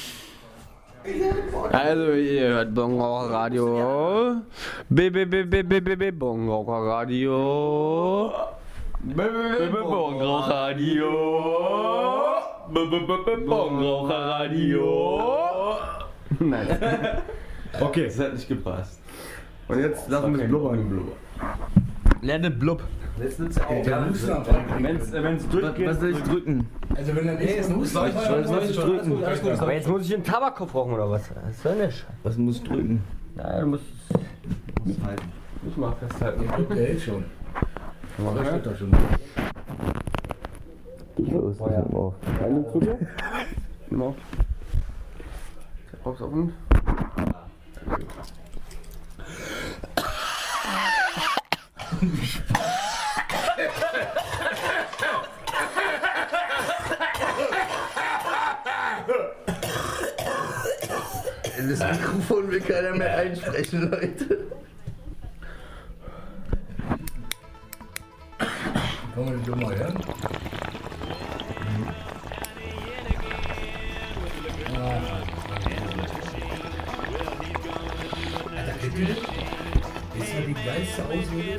Also ihr hört Bongraucher Radio. B B B B B B B Bongraucher Radio. B B B B Bongraucher Radio. B B B B Bongraucher Radio. Nein. Okay. Das hat nicht gepasst. Und jetzt lassen wir es blubbern. Lerne blub. Jetzt nimmt's auf. Ja, wenn's, wenn's durchgeht. Was soll ich drücken? Also wenn er nicht ist, muss soll ich, was soll ich drücken? Alles gut, Aber jetzt muss ich den Tabakkopf rauchen oder was? Das ist ja nicht. Was muss ich drücken? Naja, du musst es halten. Ich mach festhalten. Der hält schon. Das steht doch schon. Los, oh, ja. Auf. Eine Zucker? Genau. Aufs offen. In das Mikrofon will keiner mehr einsprechen, Leute. Kann man das mal hören? Alter, kennt ihr das? Ist ja die geilste Ausrede.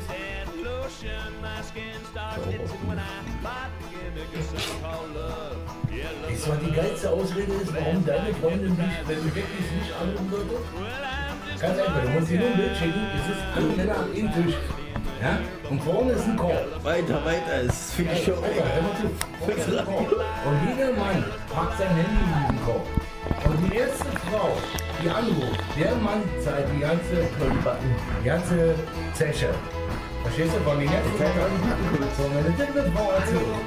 Das war die geilste Ausrede ist, warum deine Freundin nicht, wenn du weg bist, nicht anrufen sollte? Ganz einfach, du musst dir nur ein Bild schicken, es ist alle Männer am Tisch. Ja? Und vorne ist ein Korb. Weiter, weiter, es finde ich schon. Alter, hör mal zu. Vorne ist ein Korb. Und jeder Mann packt sein Handy in diesen Korb. Und die erste Frau, die anruft, der Mann zahlt die ganze, die ganze Zeche. Verstehst du? Von den ganzen Zeit an. So, meine dritte Frau erzählt.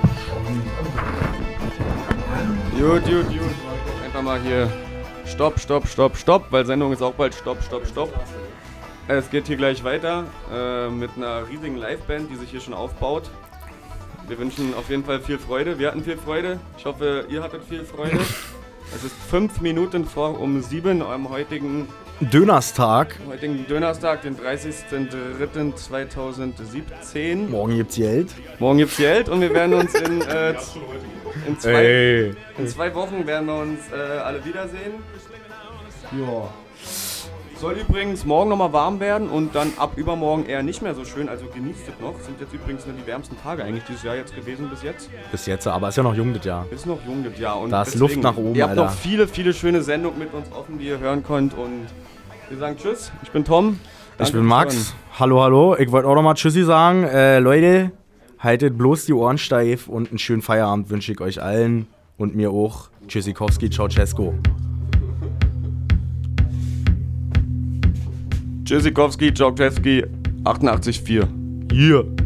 Gut, gut, gut. Einfach mal hier Stopp, Stopp, Stopp, Stopp, weil Sendung ist auch bald Stopp, Stopp, Stopp. Es geht hier gleich weiter äh, mit einer riesigen Liveband, die sich hier schon aufbaut. Wir wünschen auf jeden Fall viel Freude. Wir hatten viel Freude. Ich hoffe, ihr hattet viel Freude. Es ist fünf Minuten vor um sieben am heutigen Dönerstag. heutigen Dönerstag, den dreißigsten dritten zweitausendsiebzehn. Morgen gibt's Geld. Morgen gibt's Geld und wir werden uns in, äh, in, zwei, Ey. in zwei Wochen werden wir uns äh, alle wiedersehen. Ja. Soll übrigens morgen nochmal warm werden und dann ab übermorgen eher nicht mehr so schön, also genießt es noch. Sind jetzt übrigens nur die wärmsten Tage eigentlich dieses Jahr jetzt gewesen bis jetzt. Bis jetzt, aber ist ja noch jung das Jahr. Ist noch jung das Jahr. Und da ist deswegen, Luft nach oben, ihr habt Alter. noch viele, viele schöne Sendungen mit uns offen, die ihr hören könnt und wir sagen Tschüss. Ich bin Tom. Danke ich bin Max. Hallo, hallo. Ich wollte auch nochmal Tschüssi sagen. Äh, Leute, haltet bloß die Ohren steif und einen schönen Feierabend wünsche ich euch allen und mir auch. Tschüssikowski, Ceausescu. Tschüssikowski, Ceausescu, achtundachtzig Komma vier. Hier. Yeah.